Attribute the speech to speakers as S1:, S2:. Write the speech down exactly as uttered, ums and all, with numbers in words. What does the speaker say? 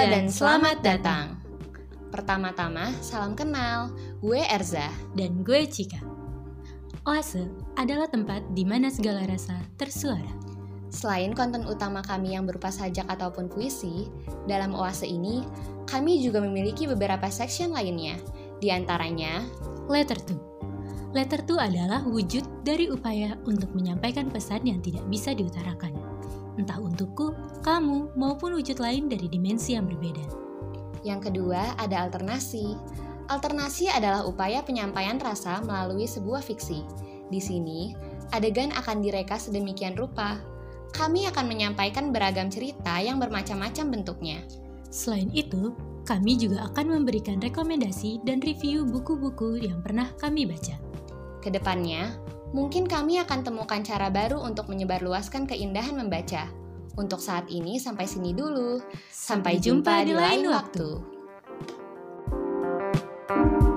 S1: dan selamat datang. Pertama-tama, salam kenal. Gue Erza.
S2: Dan gue Cika. Oase adalah tempat di mana segala rasa tersuara.
S1: Selain konten utama kami yang berupa sajak ataupun puisi, dalam Oase ini, kami juga memiliki beberapa section lainnya. Di antaranya,
S2: Letter to. Letter to adalah wujud dari upaya untuk menyampaikan pesan yang tidak bisa diutarakan. Entah untukku, kamu, maupun wujud lain dari dimensi yang berbeda.
S1: Yang kedua, ada alternasi. Alternasi adalah upaya penyampaian rasa melalui sebuah fiksi. Di sini, adegan akan direka sedemikian rupa. Kami akan menyampaikan beragam cerita yang bermacam-macam bentuknya.
S2: Selain itu, kami juga akan memberikan rekomendasi dan review buku-buku yang pernah kami baca.
S1: Kedepannya, mungkin kami akan temukan cara baru untuk menyebarluaskan keindahan membaca. Untuk saat ini sampai sini dulu. Sampai jumpa di lain waktu.